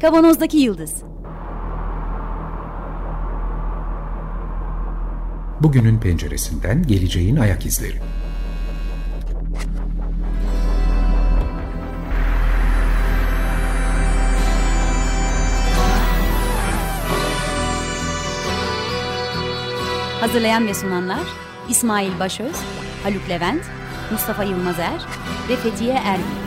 Kavanozdaki Yıldız. Bugünün penceresinden geleceğin ayak izleri. Hazırlayan ve sunanlar İsmail Başöz, Haluk Levent, Mustafa Yılmazer ve Fethiye Erbil.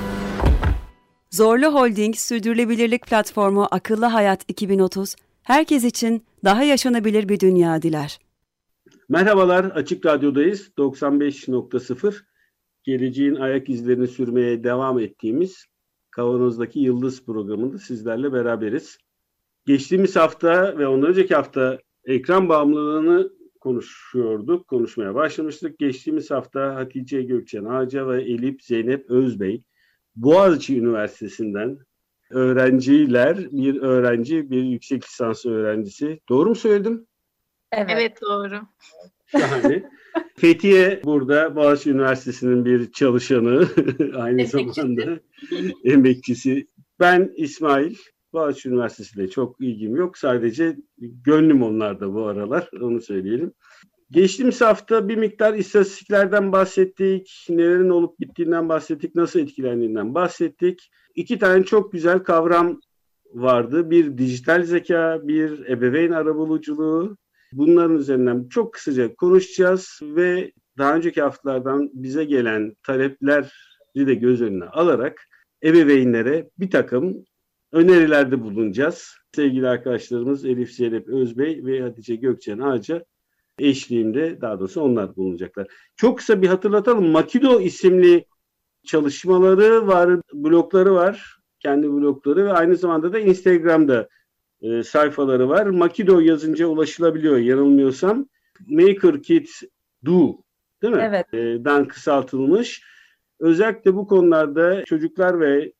Zorlu Holding Sürdürülebilirlik Platformu Akıllı Hayat 2030, herkes için daha yaşanabilir bir dünya diler. Merhabalar, Açık Radyo'dayız. 95.0 geleceğin ayak izlerini sürmeye devam ettiğimiz Kavanoz'daki Yıldız programında sizlerle beraberiz. Geçtiğimiz hafta ve ondan önceki hafta ekran bağımlılığını konuşmaya başlamıştık. Geçtiğimiz hafta Hatice Gökçen Ağca ve Elif Zeynep Özbey, Boğaziçi Üniversitesi'nden öğrenciler, bir öğrenci, bir yüksek lisans öğrencisi. Doğru mu söyledim? Evet doğru. Şahane. Fethiye burada Boğaziçi Üniversitesi'nin bir çalışanı, aynı zamanda emekçisi. Ben İsmail, Boğaziçi Üniversitesi'yle çok ilgim yok. Sadece gönlüm onlarda bu aralar, onu söyleyelim. Geçtiğimiz hafta bir miktar istatistiklerden bahsettik, nelerin olup bittiğinden bahsettik, nasıl etkilendiğinden bahsettik. 2 tane çok güzel kavram vardı. Bir dijital zeka, bir ebeveyn arabuluculuğu. Bunların üzerinden çok kısaca konuşacağız ve daha önceki haftalardan bize gelen talepleri de göz önüne alarak ebeveynlere bir takım önerilerde bulunacağız. Sevgili arkadaşlarımız Elif Zeynep Özbey ve Hatice Gökçen Ağca eşliğinde, daha doğrusu onlar bulunacaklar. Çok kısa bir hatırlatalım. Makido isimli çalışmaları var, blogları var. Kendi blogları ve aynı zamanda da Instagram'da sayfaları var. Makido yazınca ulaşılabiliyor yanılmıyorsam. Maker Kids Do, değil mi? Evet. Dan kısaltılmış. Özellikle bu konularda çocuklar ve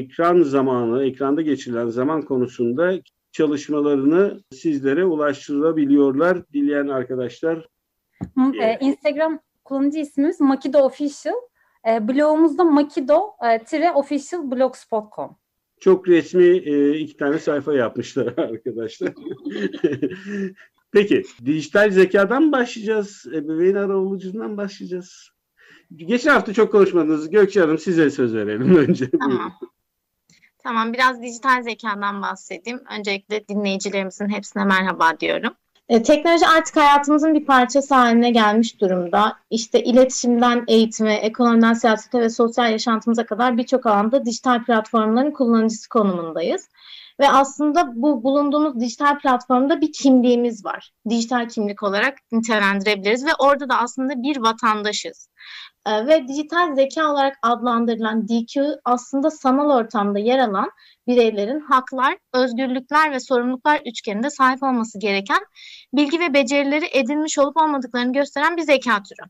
ekranda geçirilen zaman konusunda çalışmalarını sizlere ulaştırabiliyorlar. Dileyen arkadaşlar. Instagram kullanıcı ismimiz Makido Official. Blogumuzda makido-official.blogspot.com. Çok resmi 2 tane sayfa yapmışlar arkadaşlar. Peki, dijital zekadan mı başlayacağız? Ebeveyn arabulucundan başlayacağız. Geçen hafta çok konuşmadınız. Gökçe Hanım, size söz verelim önce. Tamam, biraz dijital zekadan bahsedeyim. Öncelikle dinleyicilerimizin hepsine merhaba diyorum. Teknoloji artık hayatımızın bir parçası haline gelmiş durumda. İşte iletişimden eğitime, ekonomiden siyasete ve sosyal yaşantımıza kadar birçok alanda dijital platformların kullanıcısı konumundayız. Ve aslında bu bulunduğumuz dijital platformda bir kimliğimiz var. Dijital kimlik olarak nitelendirebiliriz ve orada da aslında bir vatandaşız. Ve dijital zeka olarak adlandırılan DQ aslında sanal ortamda yer alan bireylerin haklar, özgürlükler ve sorumluluklar üçgeninde sahip olması gereken bilgi ve becerileri edinmiş olup olmadıklarını gösteren bir zeka türü.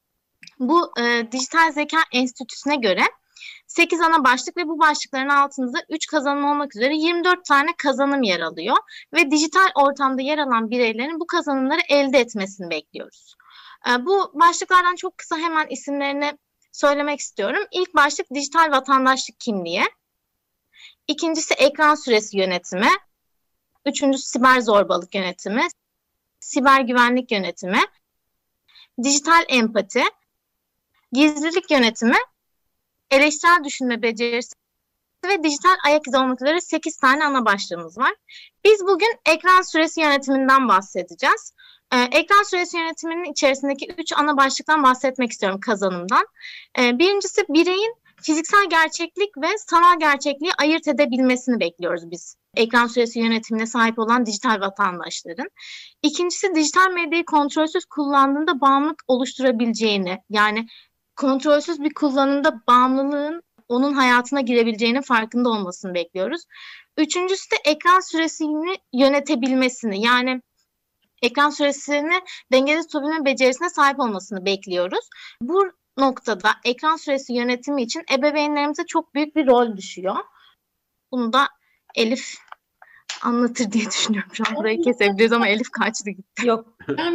Bu Dijital Zeka Enstitüsü'ne göre 8 ana başlık ve bu başlıkların altında 3 kazanım olmak üzere 24 tane kazanım yer alıyor ve dijital ortamda yer alan bireylerin bu kazanımları elde etmesini bekliyoruz. Bu başlıklardan çok kısa hemen isimlerini söylemek istiyorum. İlk başlık dijital vatandaşlık kimliği. İkincisi ekran süresi yönetimi. Üçüncüsü siber zorbalık yönetimi. Siber güvenlik yönetimi. Dijital empati. Gizlilik yönetimi. Eleştirel düşünme becerisi ve dijital ayak izi olmak üzere 8 tane ana başlığımız var. Biz bugün ekran süresi yönetiminden bahsedeceğiz. Ekran süresi yönetiminin içerisindeki 3 ana başlıktan bahsetmek istiyorum kazanımdan. Birincisi bireyin fiziksel gerçeklik ve sanal gerçekliği ayırt edebilmesini bekliyoruz biz. Ekran süresi yönetimine sahip olan dijital vatandaşların. İkincisi dijital medyayı kontrolsüz kullandığında bağımlılık oluşturabileceğini, yani kontrolsüz bir kullanımda bağımlılığın onun hayatına girebileceğinin farkında olmasını bekliyoruz. Üçüncüsü de ekran süresini yönetebilmesini, yani ekran süresini dengede tutabilme becerisine sahip olmasını bekliyoruz. Bu noktada ekran süresi yönetimi için ebeveynlerimize çok büyük bir rol düşüyor. Bunu da Elif anlatır diye düşünüyorum. Şu an burayı kesebiliriz ama Elif kaçtı gitti. Yok.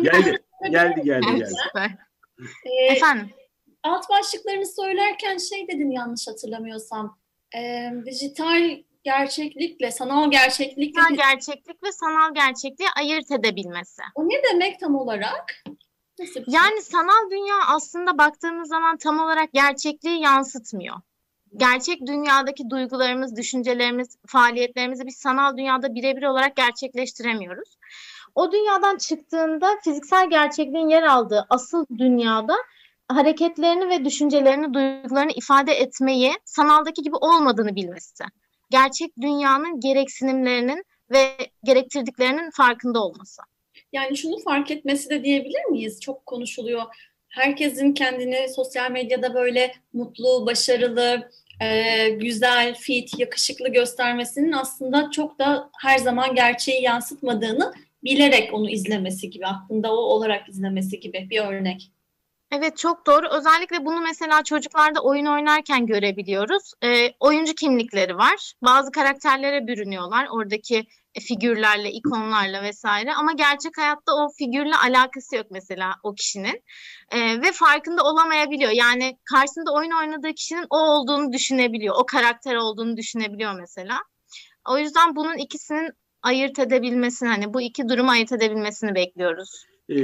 Geldi. Süper. Efendim? Alt başlıklarını söylerken dedin yanlış hatırlamıyorsam. Dijital gerçeklikle, sanal gerçeklikle... Sanal gerçeklik ve sanal gerçekliği ayırt edebilmesi. O ne demek tam olarak? Yani sanal dünya aslında baktığımız zaman tam olarak gerçekliği yansıtmıyor. Gerçek dünyadaki duygularımız, düşüncelerimiz, faaliyetlerimizi biz sanal dünyada birebir olarak gerçekleştiremiyoruz. O dünyadan çıktığında fiziksel gerçekliğin yer aldığı asıl dünyada hareketlerini ve düşüncelerini, duygularını ifade etmeyi sanaldaki gibi olmadığını bilmesi. Gerçek dünyanın gereksinimlerinin ve gerektirdiklerinin farkında olması. Yani şunu fark etmesi de diyebilir miyiz? Çok konuşuluyor. Herkesin kendini sosyal medyada böyle mutlu, başarılı, güzel, fit, yakışıklı göstermesinin aslında çok da her zaman gerçeği yansıtmadığını bilerek onu izlemesi gibi, aklında o olarak izlemesi gibi bir örnek. Evet, çok doğru. Özellikle bunu mesela çocuklarda oyun oynarken görebiliyoruz. Oyuncu kimlikleri var. Bazı karakterlere bürünüyorlar. Oradaki figürlerle, ikonlarla vesaire. Ama gerçek hayatta o figürle alakası yok mesela o kişinin. Ve farkında olamayabiliyor. Yani karşısında oyun oynadığı kişinin o olduğunu düşünebiliyor. O karakter olduğunu düşünebiliyor mesela. O yüzden bunun ikisinin ayırt edebilmesini, hani bu iki durumu ayırt edebilmesini bekliyoruz.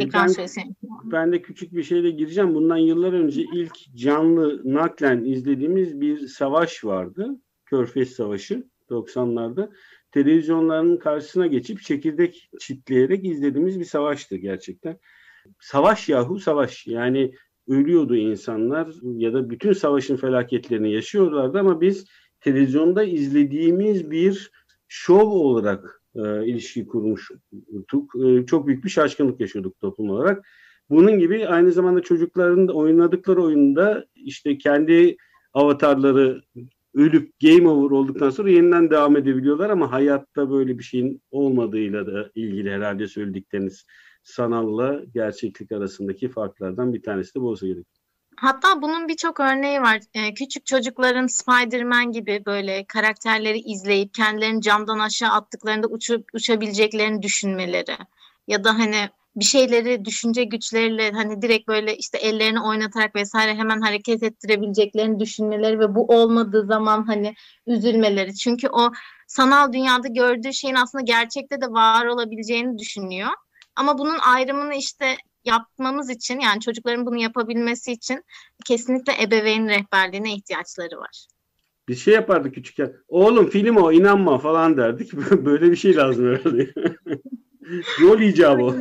Ben de küçük bir şeyle gireceğim. Bundan yıllar önce ilk canlı naklen izlediğimiz bir savaş vardı. Körfez Savaşı 90'larda. Televizyonların karşısına geçip çekirdek çitleyerek izlediğimiz bir savaştı gerçekten. Savaş yahu savaş. Yani ölüyordu insanlar ya da bütün savaşın felaketlerini yaşıyorlardı ama biz televizyonda izlediğimiz bir şov olarak ilişki kurmuştuk. Çok büyük bir şaşkınlık yaşıyorduk toplum olarak. Bunun gibi aynı zamanda çocukların oynadıkları oyunda işte kendi avatarları ölüp game over olduktan sonra yeniden devam edebiliyorlar ama hayatta böyle bir şeyin olmadığıyla da ilgili herhalde söyledikleriniz sanalla gerçeklik arasındaki farklardan bir tanesi de bu olsa gerek. Hatta bunun birçok örneği var. Küçük çocukların Spider-Man gibi böyle karakterleri izleyip kendilerini camdan aşağı attıklarında uçabileceklerini düşünmeleri ya da hani bir şeyleri düşünce güçleriyle hani direkt böyle işte ellerini oynatarak vesaire hemen hareket ettirebileceklerini düşünmeleri ve bu olmadığı zaman hani üzülmeleri. Çünkü o sanal dünyada gördüğü şeyin aslında gerçekte de var olabileceğini düşünüyor. Ama bunun ayrımını işte yapmamız için, yani çocukların bunu yapabilmesi için kesinlikle ebeveyn rehberliğine ihtiyaçları var. Bir şey yapardık küçükken. Oğlum film o, inanma falan derdik. Böyle bir şey lazım herhalde. Yol icabı o.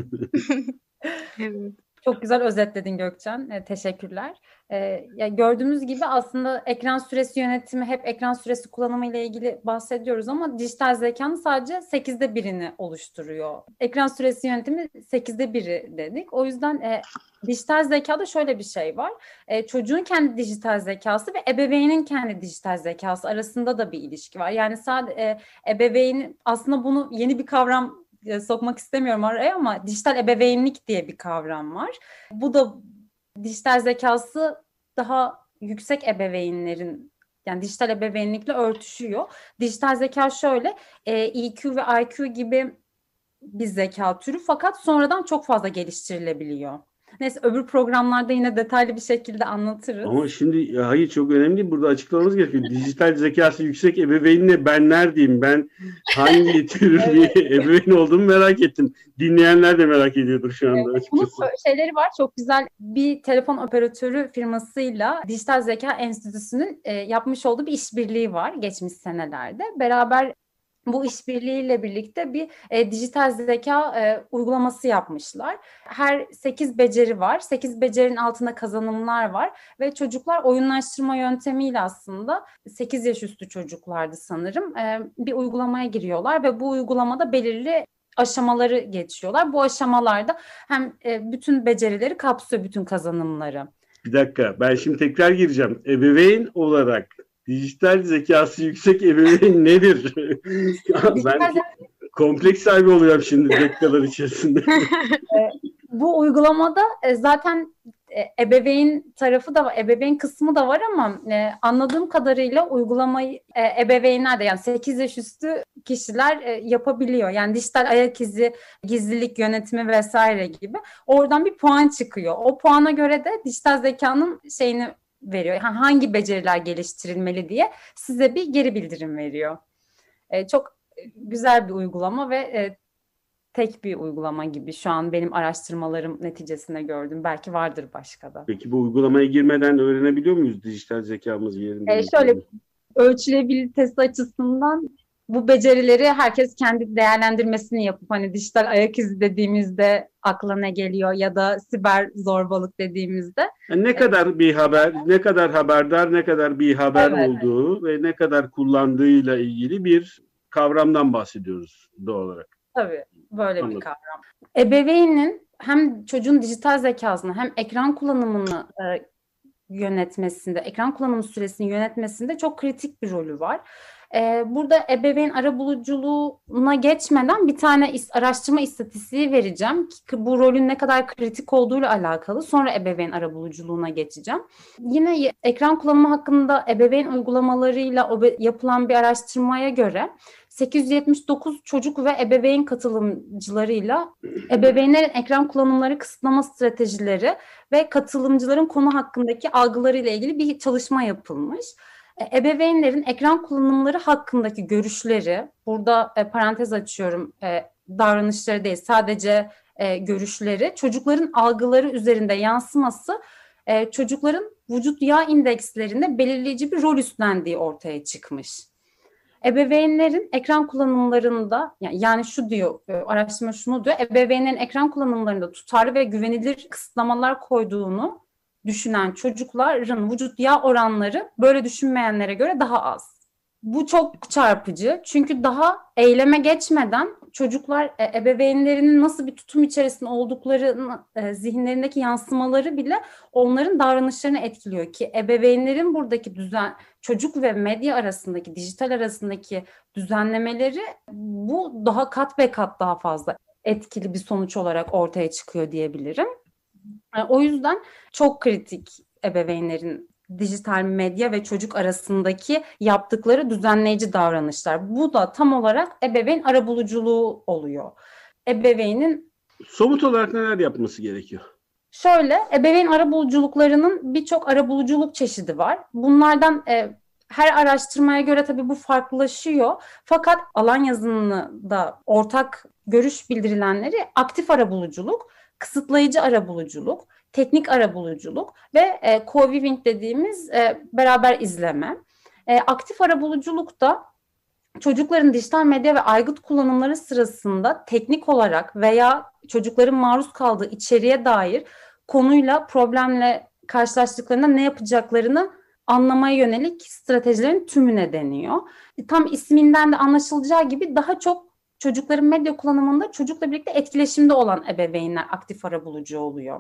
Evet. Çok güzel özetledin Gökçen. Teşekkürler. Ya gördüğümüz gibi aslında ekran süresi yönetimi, hep ekran süresi kullanımı ile ilgili bahsediyoruz ama dijital zekanın sadece 1/8'ini oluşturuyor. Ekran süresi yönetimi 1/8 dedik. O yüzden dijital zekada şöyle bir şey var. Çocuğun kendi dijital zekası ve ebeveynin kendi dijital zekası arasında da bir ilişki var. Yani sadece ebeveyn, aslında bunu yeni bir kavram sokmak istemiyorum araya ama dijital ebeveynlik diye bir kavram var. Bu da dijital zekası daha yüksek ebeveynlerin, yani dijital ebeveynlikle örtüşüyor. Dijital zeka şöyle, EQ ve IQ gibi bir zeka türü fakat sonradan çok fazla geliştirilebiliyor. Neyse, öbür programlarda yine detaylı bir şekilde anlatırız. Ama şimdi hayır, çok önemli, burada açıklamamız gerekiyor. Dijital zekası yüksek ebeveynle ben neredeyim? Ben hangi tür bir ebeveyn olduğumu merak ettim. Dinleyenler de merak ediyordur şu anda açıkçası. Bunun şeyleri var, çok güzel. Bir telefon operatörü firmasıyla Dijital Zeka Enstitüsü'nün yapmış olduğu bir işbirliği var geçmiş senelerde. Beraber bu işbirliğiyle birlikte bir dijital zeka uygulaması yapmışlar. Her 8 beceri var. 8 becerinin altında kazanımlar var ve çocuklar oyunlaştırma yöntemiyle, aslında 8 yaş üstü çocuklardı sanırım, bir uygulamaya giriyorlar ve bu uygulamada belirli aşamaları geçiyorlar. Bu aşamalarda hem bütün becerileri kapsıyor, bütün kazanımları. Bir dakika, ben şimdi tekrar gireceğim. Ebeveyn olarak dijital zekası yüksek ebeveyn nedir? Ben kompleks sahibi oluyorum şimdi dakikalar içerisinde. Bu uygulamada zaten ebeveyn tarafı da var, ebeveyn kısmı da var ama anladığım kadarıyla uygulamayı ebeveynler de, yani 8 yaş üstü kişiler yapabiliyor. Yani dijital ayak izi, gizlilik yönetimi vesaire gibi. Oradan bir puan çıkıyor. O puana göre de dijital zekanın şeyini veriyor. Hangi beceriler geliştirilmeli diye size bir geri bildirim veriyor. Çok güzel bir uygulama ve tek bir uygulama gibi şu an benim araştırmalarım neticesinde gördüm. Belki vardır başka da. Peki bu uygulamaya girmeden öğrenebiliyor muyuz dijital zekamız yerinde? Şöyle ölçülebilitesi açısından bu becerileri herkes kendi değerlendirmesini yapıp hani dijital ayak izi dediğimizde akla ne geliyor ya da siber zorbalık dediğimizde Yani ne kadar bir haber, ne kadar haberdar, ne kadar bir haber olduğu ve ne kadar kullandığıyla ilgili bir kavramdan bahsediyoruz doğal olarak. Tabii böyle bir kavram. Ebeveynin hem çocuğun dijital zekasını hem ekran kullanımını yönetmesinde, ekran kullanımı süresini yönetmesinde çok kritik bir rolü var. Burada ebeveyn arabuluculuğuna geçmeden bir tane araştırma istatistiği vereceğim. Bu rolün ne kadar kritik olduğuyla alakalı. Sonra ebeveyn arabuluculuğuna geçeceğim. Yine ekran kullanımı hakkında ebeveyn uygulamalarıyla yapılan bir araştırmaya göre 879 çocuk ve ebeveyn katılımcılarıyla ebeveynlerin ekran kullanımları kısıtlama stratejileri ve katılımcıların konu hakkındaki algılarıyla ilgili bir çalışma yapılmış. Ebeveynlerin ekran kullanımları hakkındaki görüşleri, burada parantez açıyorum, davranışları değil sadece görüşleri, çocukların algıları üzerinde yansıması, çocukların vücut yağ indekslerinde belirleyici bir rol üstlendiği ortaya çıkmış. Ebeveynlerin ekran kullanımlarında yani şu diyor, araştırma şunu diyor, ebeveynlerin ekran kullanımlarında tutarlı ve güvenilir kısıtlamalar koyduğunu düşünen çocukların vücut yağ oranları böyle düşünmeyenlere göre daha az. Bu çok çarpıcı çünkü daha eyleme geçmeden çocuklar ebeveynlerinin nasıl bir tutum içerisinde olduklarını zihinlerindeki yansımaları bile onların davranışlarını etkiliyor ki ebeveynlerin buradaki çocuk ve medya arasındaki, dijital arasındaki düzenlemeleri bu daha kat be kat daha fazla etkili bir sonuç olarak ortaya çıkıyor diyebilirim. O yüzden çok kritik ebeveynlerin dijital medya ve çocuk arasındaki yaptıkları düzenleyici davranışlar. Bu da tam olarak ebeveyn arabuluculuğu oluyor. Ebeveynin somut olarak neler yapması gerekiyor? Şöyle, ebeveyn arabuluculuklarının birçok arabuluculuk çeşidi var. Bunlardan her araştırmaya göre tabii bu farklılaşıyor. Fakat alan yazınında ortak görüş bildirilenleri aktif arabuluculuk, kısıtlayıcı arabuluculuk, teknik arabuluculuk ve co-viewing dediğimiz beraber izleme. Aktif arabuluculukta çocukların dijital medya ve aygıt kullanımları sırasında teknik olarak veya çocukların maruz kaldığı içeriğe dair konuyla, problemle karşılaştıklarında ne yapacaklarını anlamaya yönelik stratejilerin tümüne deniyor. Tam isminden de anlaşılacağı gibi daha çok çocukların medya kullanımında çocukla birlikte etkileşimde olan ebeveynler aktif arabulucu oluyor.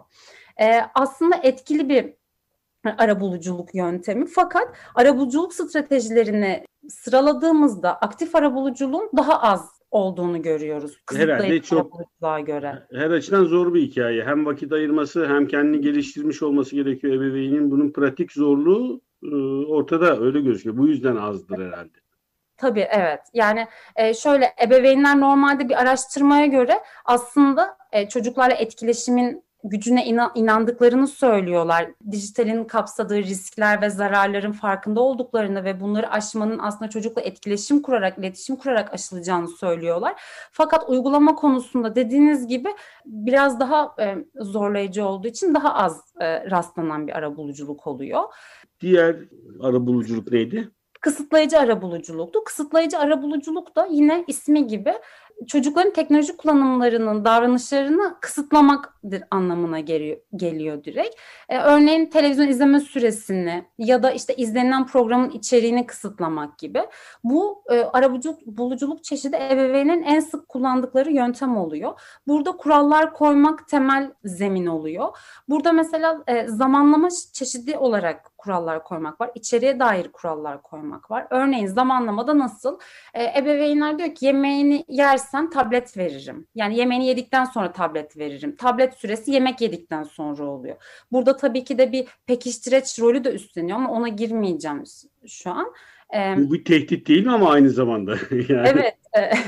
Aslında etkili bir arabuluculuk yöntemi fakat arabuluculuk stratejilerini sıraladığımızda aktif arabuluculuğun daha az olduğunu görüyoruz. Herhalde çok göre. Her açıdan zor bir hikaye. Hem vakit ayırması hem kendini geliştirmiş olması gerekiyor ebeveynin. Bunun pratik zorluğu ortada öyle gözüküyor. Bu yüzden azdır herhalde. Tabii evet. Yani şöyle ebeveynler normalde bir araştırmaya göre aslında çocuklarla etkileşimin gücüne inandıklarını söylüyorlar. Dijitalin kapsadığı riskler ve zararların farkında olduklarını ve bunları aşmanın aslında çocukla iletişim kurarak aşılacağını söylüyorlar. Fakat uygulama konusunda dediğiniz gibi biraz daha zorlayıcı olduğu için daha az rastlanan bir arabuluculuk oluyor. Diğer arabuluculuk neydi? Kısıtlayıcı arabuluculuktu. Kısıtlayıcı arabuluculuk da yine ismi gibi çocukların teknoloji kullanımlarının davranışlarını kısıtlamaktır anlamına geliyor direkt. Örneğin televizyon izleme süresini ya da işte izlenen programın içeriğini kısıtlamak gibi. Bu arabuluculuk çeşidi ebeveynlerin en sık kullandıkları yöntem oluyor. Burada kurallar koymak temel zemin oluyor. Burada mesela zamanlama çeşidi olarak kurallar koymak var. İçeriye dair kurallar koymak var. Örneğin zamanlamada nasıl? Ebeveynler diyor ki yemeğini yersen tablet veririm. Yani yemeğini yedikten sonra tablet veririm. Tablet süresi yemek yedikten sonra oluyor. Burada tabii ki de bir pekiştireç rolü de üstleniyor ama ona girmeyeceğim şu an. Bu bir tehdit değil mi ama aynı zamanda? Yani. Evet.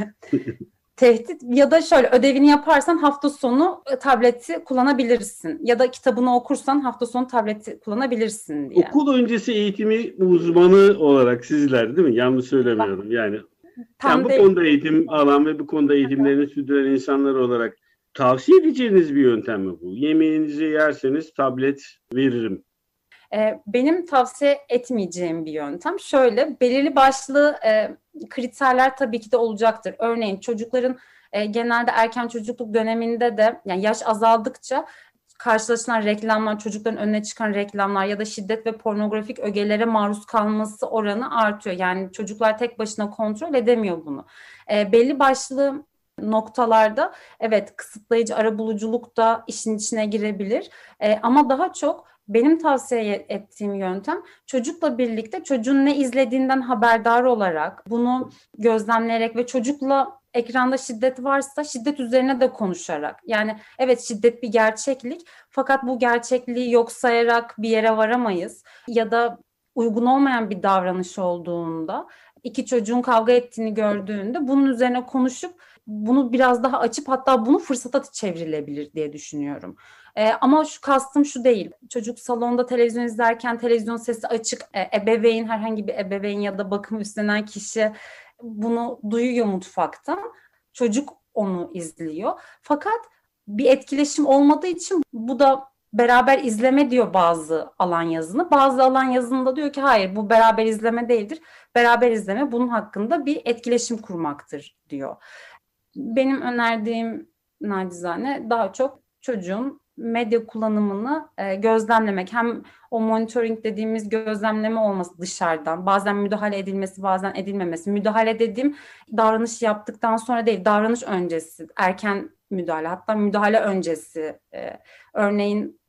Tehdit ya da şöyle ödevini yaparsan hafta sonu tableti kullanabilirsin ya da kitabını okursan hafta sonu tableti kullanabilirsin diye. Okul öncesi eğitimi uzmanı olarak sizler değil mi? Yanlış söylemiyorum. Yani tam bu değil. konuda eğitim alan ve bu konuda eğitimlerini sürdüren insanlar olarak tavsiye edeceğiniz bir yöntem mi bu? Yemeğinizi yerseniz tablet veririm. Benim tavsiye etmeyeceğim bir yöntem. Şöyle, belirli başlı kriterler tabii ki de olacaktır. Örneğin çocukların genelde erken çocukluk döneminde de, yani yaş azaldıkça karşılaşılan reklamlar, çocukların önüne çıkan reklamlar ya da şiddet ve pornografik ögelere maruz kalması oranı artıyor. Yani çocuklar tek başına kontrol edemiyor bunu. Belli başlı noktalarda evet, kısıtlayıcı arabuluculuk da işin içine girebilir. Ama daha çok benim tavsiye ettiğim yöntem, çocukla birlikte çocuğun ne izlediğinden haberdar olarak, bunu gözlemleyerek ve çocukla ekranda şiddet varsa şiddet üzerine de konuşarak. Yani evet, şiddet bir gerçeklik, fakat bu gerçekliği yok sayarak bir yere varamayız. Ya da uygun olmayan bir davranış olduğunda, iki çocuğun kavga ettiğini gördüğünde bunun üzerine konuşup bunu biraz daha açıp hatta bunu fırsata çevrilebilir diye düşünüyorum. Ama kastım şu değil. Çocuk salonda televizyon izlerken televizyon sesi açık, ebeveyn, herhangi bir ebeveyn ya da bakım üstlenen kişi bunu duyuyor mutfaktan. Çocuk onu izliyor. Fakat bir etkileşim olmadığı için bu da beraber izleme diyor bazı alan yazını. Bazı alan yazında diyor ki hayır, bu beraber izleme değildir. Beraber izleme bunun hakkında bir etkileşim kurmaktır diyor. Benim önerdiğim nacizane daha çok çocuğun medya kullanımını gözlemlemek. Hem o monitoring dediğimiz gözlemleme olması dışarıdan. Bazen müdahale edilmesi, bazen edilmemesi. Müdahale dediğim davranış yaptıktan sonra değil, davranış öncesi. Erken müdahale, hatta müdahale öncesi. Örneğin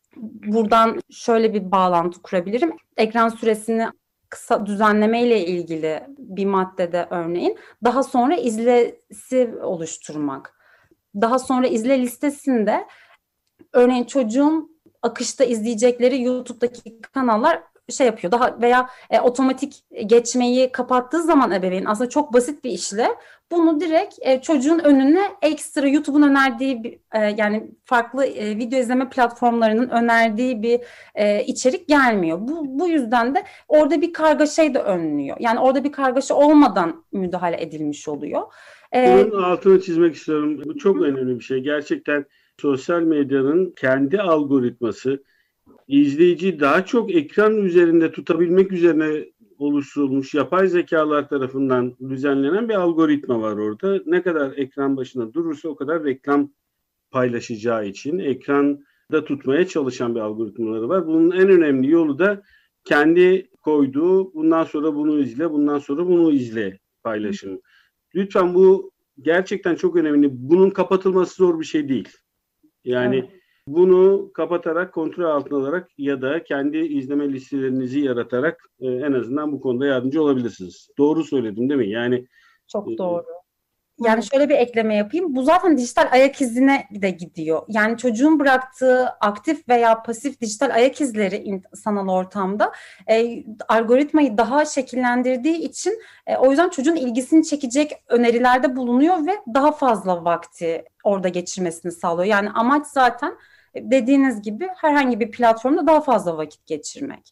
buradan şöyle bir bağlantı kurabilirim. Ekran süresini kısa düzenleme ile ilgili bir maddede örneğin daha sonra izlesi oluşturmak. Daha sonra izle listesinde örneğin çocuğun akışta izleyecekleri YouTube'daki kanallar şey yapıyor daha veya otomatik geçmeyi kapattığı zaman ebeveyn, aslında çok basit bir işle bunu direkt çocuğun önüne ekstra YouTube'un önerdiği yani farklı video izleme platformlarının önerdiği bir içerik gelmiyor. Bu yüzden de orada bir kargaşayı da önlüyor. Yani orada bir kargaşa olmadan müdahale edilmiş oluyor. Bunun altını çizmek istiyorum. Bu çok önemli bir şey. Gerçekten sosyal medyanın kendi algoritması izleyiciyi daha çok ekran üzerinde tutabilmek üzerine oluşturulmuş yapay zekalar tarafından düzenlenen bir algoritma var orada. Ne kadar ekran başında durursa o kadar reklam paylaşacağı için ekranda tutmaya çalışan bir algoritmaları var. Bunun en önemli yolu da kendi koyduğu bundan sonra bunu izle, bundan sonra bunu izle paylaşımı. Lütfen bu gerçekten çok önemli. Bunun kapatılması zor bir şey değil. Yani evet. Bunu kapatarak, kontrol altına alarak ya da kendi izleme listelerinizi yaratarak en azından bu konuda yardımcı olabilirsiniz. Doğru söyledim değil mi? Yani çok doğru. Yani şöyle bir ekleme yapayım. Bu zaten dijital ayak izine de gidiyor. Yani çocuğun bıraktığı aktif veya pasif dijital ayak izleri sanal ortamda algoritmayı daha şekillendirdiği için o yüzden çocuğun ilgisini çekecek önerilerde bulunuyor ve daha fazla vakti orada geçirmesini sağlıyor. Yani amaç zaten dediğiniz gibi herhangi bir platformda daha fazla vakit geçirmek.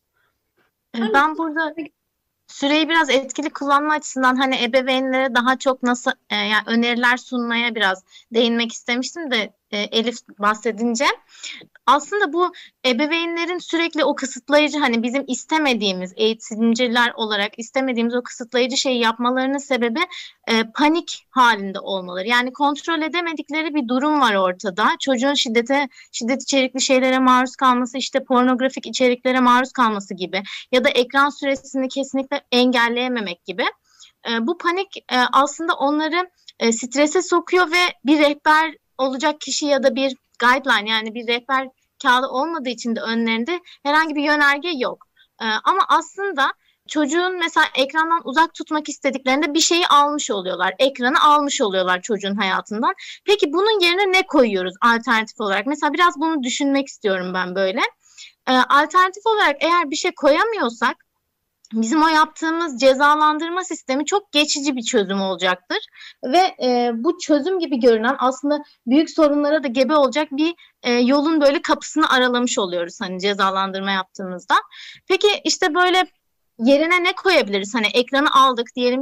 Ben burada süreyi biraz etkili kullanma açısından hani ebeveynlere daha çok nasıl yani öneriler sunmaya biraz değinmek istemiştim de Elif bahsedince. Aslında bu ebeveynlerin sürekli o kısıtlayıcı hani bizim istemediğimiz eğitimciler olarak istemediğimiz o kısıtlayıcı şeyi yapmalarının sebebi panik halinde olmaları. Yani kontrol edemedikleri bir durum var ortada. Çocuğun şiddet içerikli şeylere maruz kalması, işte pornografik içeriklere maruz kalması gibi ya da ekran süresini kesinlikle engelleyememek gibi. Bu panik aslında onları strese sokuyor ve bir rehber olacak kişi ya da bir guideline yani bir rehber kağıdı olmadığı için de önlerinde herhangi bir yönerge yok. Ama aslında çocuğun mesela ekrandan uzak tutmak istediklerinde bir şeyi almış oluyorlar. Ekranı almış oluyorlar çocuğun hayatından. Peki bunun yerine ne koyuyoruz alternatif olarak? Mesela biraz bunu düşünmek istiyorum ben böyle. Alternatif olarak eğer bir şey koyamıyorsak bizim o yaptığımız cezalandırma sistemi çok geçici bir çözüm olacaktır. Ve bu çözüm gibi görünen aslında büyük sorunlara da gebe olacak bir yolun böyle kapısını aralamış oluyoruz hani cezalandırma yaptığımızda. Peki işte böyle yerine ne koyabiliriz? Hani ekranı aldık diyelim ki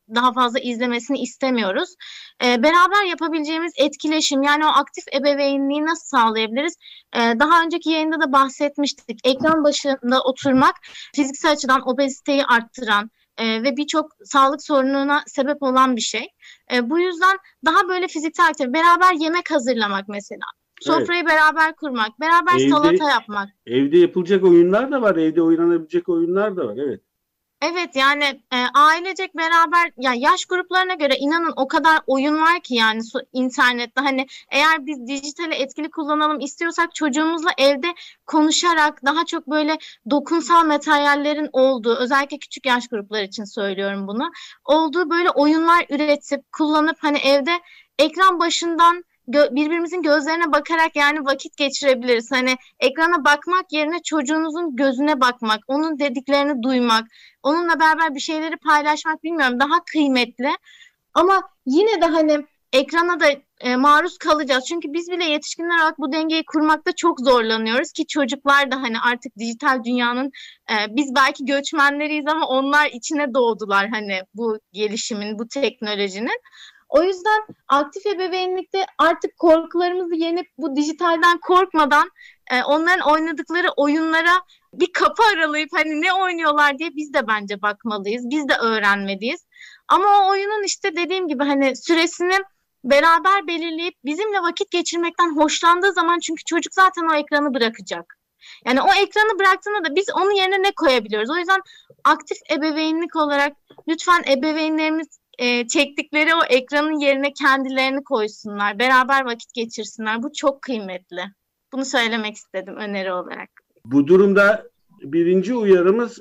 daha fazla izlemesini istemiyoruz. Beraber yapabileceğimiz etkileşim, yani o aktif ebeveynliği nasıl sağlayabiliriz? Daha önceki yayında da bahsetmiştik. Ekran başında oturmak fiziksel açıdan obeziteyi arttıran ve birçok sağlık sorununa sebep olan bir şey. Bu yüzden daha böyle fiziksel aktivite, beraber yemek hazırlamak mesela. Sofrayı beraber kurmak, beraber salata yapmak. Evde yapılacak oyunlar da var, evde oynanabilecek oyunlar da var, evet. Evet, yani ailecek beraber, ya yaş gruplarına göre inanın o kadar oyun var ki yani internette, hani eğer biz dijitali etkili kullanalım istiyorsak çocuğumuzla evde konuşarak daha çok böyle dokunsal materyallerin olduğu, özellikle küçük yaş grupları için söylüyorum bunu, olduğu böyle oyunlar üretip kullanıp hani evde ekran başından birbirimizin gözlerine bakarak yani vakit geçirebiliriz. Hani ekrana bakmak yerine çocuğunuzun gözüne bakmak, onun dediklerini duymak, onunla beraber bir şeyleri paylaşmak, bilmiyorum, daha kıymetli. Ama yine de hani ekrana da maruz kalacağız. Çünkü biz bile yetişkinler olarak bu dengeyi kurmakta çok zorlanıyoruz ki çocuklar da hani artık dijital dünyanın biz belki göçmenleriyiz ama onlar içine doğdular hani bu gelişimin, bu teknolojinin. O yüzden aktif ebeveynlikte artık korkularımızı yenip bu dijitalden korkmadan onların oynadıkları oyunlara bir kapı aralayıp hani ne oynuyorlar diye biz de bence bakmalıyız. Biz de öğrenmeliyiz. Ama o oyunun işte dediğim gibi hani süresini beraber belirleyip bizimle vakit geçirmekten hoşlandığı zaman, çünkü çocuk zaten o ekranı bırakacak. Yani o ekranı bıraktığında da biz onun yerine ne koyabiliyoruz? O yüzden aktif ebeveynlik olarak lütfen ebeveynlerimiz çektikleri o ekranın yerine kendilerini koysunlar, beraber vakit geçirsinler. Bu çok kıymetli. Bunu söylemek istedim öneri olarak. Bu durumda birinci uyarımız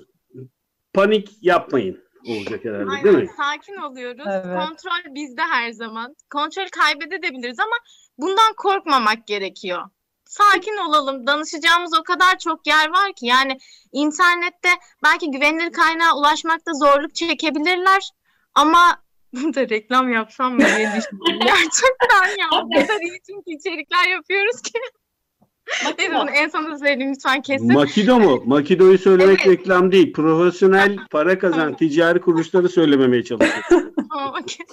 panik yapmayın olacak herhalde. Aynen, değil mi? sakin oluyoruz. Evet. Kontrol bizde her zaman. Kontrol kaybedebiliriz ama bundan korkmamak gerekiyor. Sakin olalım. Danışacağımız o kadar çok yer var ki. Yani internette belki güvenilir kaynağa ulaşmakta zorluk çekebilirler. Ama burada reklam yapsam mı diye düşünüyorum. Gerçekten ya. O kadar iyi çünkü içerikler yapıyoruz ki. Evet, bunu en sonunda söyleyeyim lütfen, kesin. Makido mu? Makido'yu söylemek Evet. reklam değil. Profesyonel para kazanan ticari kuruluşları söylememeye çalışıyoruz. Tamam, okey.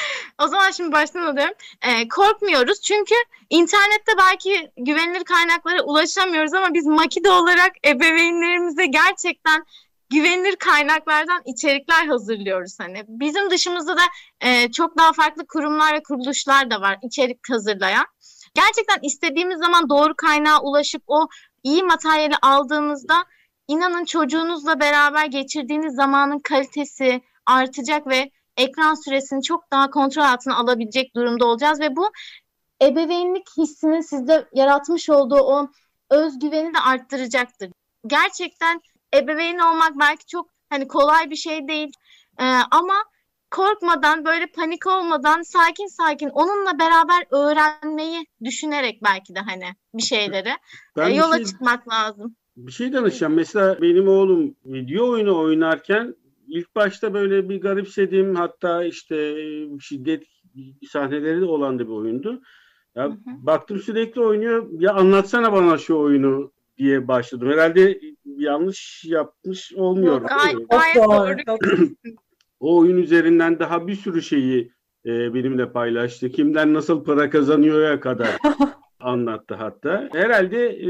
O zaman şimdi baştan alıyorum. Korkmuyoruz çünkü internette belki güvenilir kaynaklara ulaşamıyoruz ama biz Makido olarak ebeveynlerimize gerçekten güvenilir kaynaklardan içerikler hazırlıyoruz. Hani bizim dışımızda da çok daha farklı kurumlar ve kuruluşlar da var içerik hazırlayan. Gerçekten istediğimiz zaman doğru kaynağa ulaşıp o iyi materyali aldığınızda inanın çocuğunuzla beraber geçirdiğiniz zamanın kalitesi artacak ve ekran süresini çok daha kontrol altına alabilecek durumda olacağız ve bu ebeveynlik hissinin sizde yaratmış olduğu o özgüveni de arttıracaktır. Gerçekten ebeveyn olmak belki çok hani kolay bir şey değil ama korkmadan, böyle panik olmadan sakin sakin onunla beraber öğrenmeyi düşünerek belki de hani bir şeyleri yola çıkmak lazım. Bir şey danışacağım. Mesela benim oğlum video oyunu oynarken ilk başta böyle bir garipsediğim, hatta işte şiddet sahneleri de olan da bir oyundu. Ya baktım sürekli oynuyor. Ya anlatsana bana şu oyunu diye başladım. Herhalde yanlış yapmış olmuyorum. Gayet doğru. O oyun üzerinden daha bir sürü şeyi benimle paylaştı. Kimden nasıl para kazanıyor'ya kadar anlattı hatta. Herhalde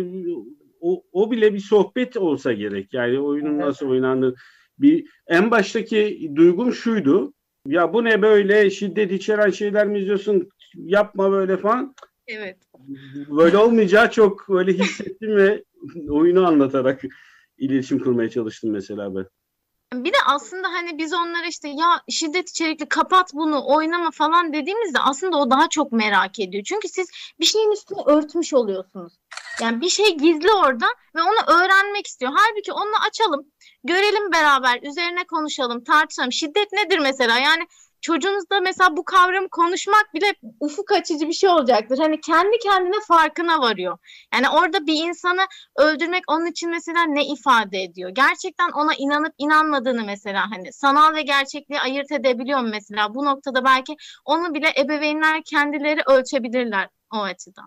o bile bir sohbet olsa gerek. Yani oyunun nasıl oynandığı. En baştaki duygum şuydu. Ya bu ne böyle, şiddet içeren şeyler mi izliyorsun? Yapma böyle falan. Evet. Böyle olmayacağı çok öyle hissettim ve oyunu anlatarak iletişim kurmaya çalıştım mesela ben. Bir de aslında hani biz onlara işte ya şiddet içerikli kapat bunu oynama falan dediğimizde aslında o daha çok merak ediyor. Çünkü siz bir şeyin üstünü örtmüş oluyorsunuz. Yani bir şey gizli orada ve onu öğrenmek istiyor. Halbuki onu açalım, görelim beraber, üzerine konuşalım, tartışalım. Şiddet nedir mesela? Yani çocuğunuzda mesela bu kavramı konuşmak bile ufuk açıcı bir şey olacaktır. Hani kendi kendine farkına varıyor. Yani orada bir insanı öldürmek onun için mesela ne ifade ediyor? Gerçekten ona inanıp inanmadığını mesela hani sanal ve gerçekliği ayırt edebiliyor mu mesela? Bu noktada belki onu bile ebeveynler kendileri ölçebilirler o açıdan.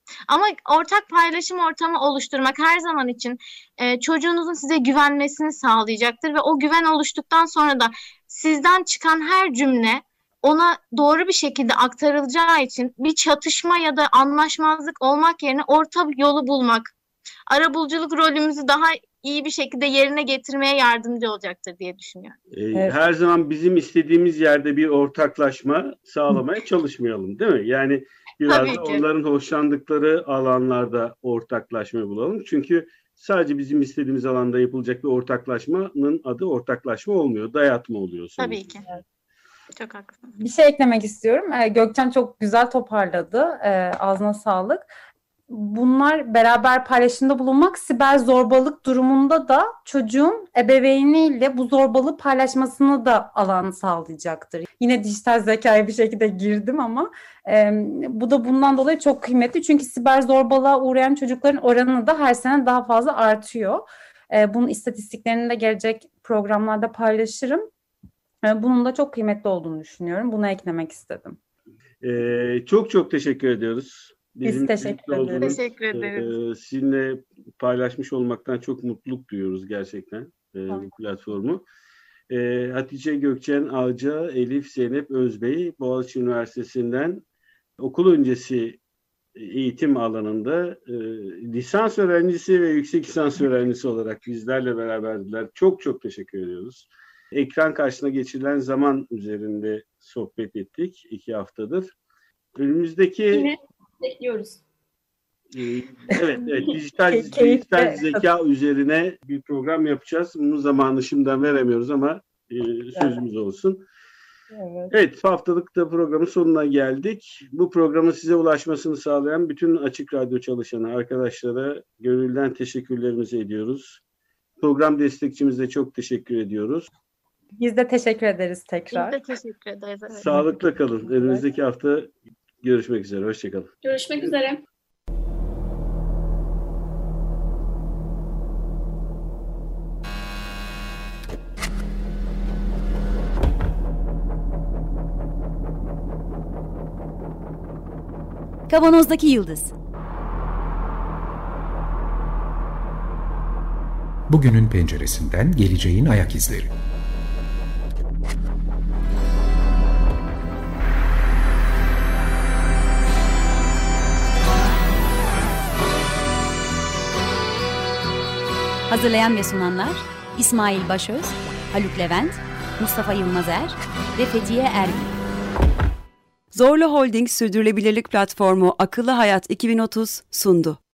Ama ortak paylaşım ortamı oluşturmak her zaman için çocuğunuzun size güvenmesini sağlayacaktır ve o güven oluştuktan sonra da sizden çıkan her cümle ona doğru bir şekilde aktarılacağı için bir çatışma ya da anlaşmazlık olmak yerine orta yolu bulmak, arabuluculuk rolümüzü daha iyi bir şekilde yerine getirmeye yardımcı olacaktır diye düşünüyorum. Her zaman bizim istediğimiz yerde bir ortaklaşma sağlamaya çalışmayalım, değil mi? Yani biraz da onların hoşlandıkları alanlarda ortaklaşma bulalım. Çünkü sadece bizim istediğimiz alanda yapılacak bir ortaklaşmanın adı ortaklaşma olmuyor, dayatma oluyor sonuçta. Tabii ki. Çok haklısın. Bir şey eklemek istiyorum. Gökçen çok güzel toparladı. Ağzına sağlık. Bunlar beraber paylaşımda bulunmak siber zorbalık durumunda da çocuğun ebeveyniyle bu zorbalığı paylaşmasını da alan sağlayacaktır. Yine dijital zekaya bir şekilde girdim ama bu da bundan dolayı çok kıymetli. Çünkü siber zorbalığa uğrayan çocukların oranı da her sene daha fazla artıyor. Bunun istatistiklerini de gelecek programlarda paylaşırım. Bunun da çok kıymetli olduğunu düşünüyorum. Bunu eklemek istedim. Çok çok teşekkür ediyoruz. Biz teşekkür ederiz. Teşekkür ederiz. Sizinle paylaşmış olmaktan çok mutluluk duyuyoruz gerçekten bu platformu. Hatice Gökçen Ağca, Elif Zeynep Özbey, Boğaziçi Üniversitesi'nden okul öncesi eğitim alanında lisans öğrencisi ve yüksek lisans öğrencisi olarak bizlerle beraberdiler. Çok çok teşekkür ediyoruz. Ekran karşısına geçirilen zaman üzerinde sohbet ettik 2 haftadır. Önümüzdeki... Yine bekliyoruz. Evet, dijital zeka üzerine bir program yapacağız. Bunun zamanını şimdiden veremiyoruz ama sözümüz olsun. Evet, haftalık da programın sonuna geldik. Bu programın size ulaşmasını sağlayan bütün Açık Radyo çalışanı arkadaşlara gönülden teşekkürlerimizi ediyoruz. Program destekçimize çok teşekkür ediyoruz. Biz de teşekkür ederiz tekrar. Biz de teşekkür ederiz. Evet. Sağlıkla kalın. Önümüzdeki hafta görüşmek üzere. Hoşçakalın. Görüşmek üzere. Kavanozdaki Yıldız. Bugünün penceresinden geleceğin ayak izleri. Hazırlayan ve sunanlar İsmail Başöz, Haluk Levent, Mustafa Yılmazer ve Fethiye Erbil. Zorlu Holding Sürdürülebilirlik Platformu Akıllı Hayat 2030 sundu.